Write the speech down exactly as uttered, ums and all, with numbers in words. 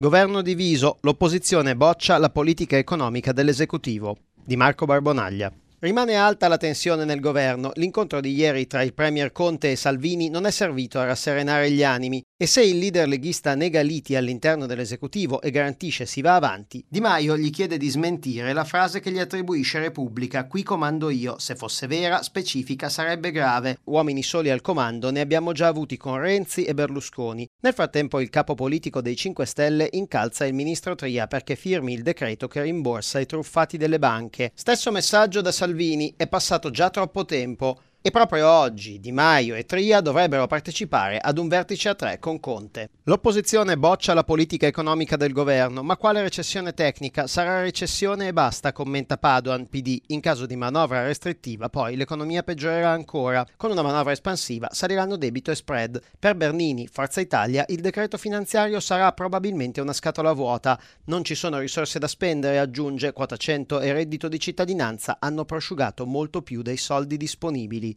Governo diviso, l'opposizione boccia la politica economica dell'esecutivo. Di Marco Barbonaglia. Rimane alta la tensione nel governo. L'incontro di ieri tra il premier Conte e Salvini non è servito a rasserenare gli animi e se il leader leghista nega liti all'interno dell'esecutivo e garantisce si va avanti, Di Maio gli chiede di smentire la frase che gli attribuisce Repubblica: qui comando io. Se fosse vera, specifica, sarebbe grave. Uomini soli al comando ne abbiamo già avuti con Renzi e Berlusconi. Nel frattempo il capo politico dei cinque Stelle incalza il ministro Tria perché firmi il decreto che rimborsa i truffati delle banche. Stesso messaggio da Salvini: è passato già troppo tempo. E proprio oggi Di Maio e Tria dovrebbero partecipare ad un vertice a tre con Conte. L'opposizione boccia la politica economica del governo, ma quale recessione tecnica? Sarà recessione e basta, commenta Padoan, P D. In caso di manovra restrittiva poi l'economia peggiorerà ancora. Con una manovra espansiva saliranno debito e spread. Per Bernini, Forza Italia, il decreto finanziario sarà probabilmente una scatola vuota. Non ci sono risorse da spendere, aggiunge. Quota cento e reddito di cittadinanza hanno prosciugato molto più dei soldi disponibili.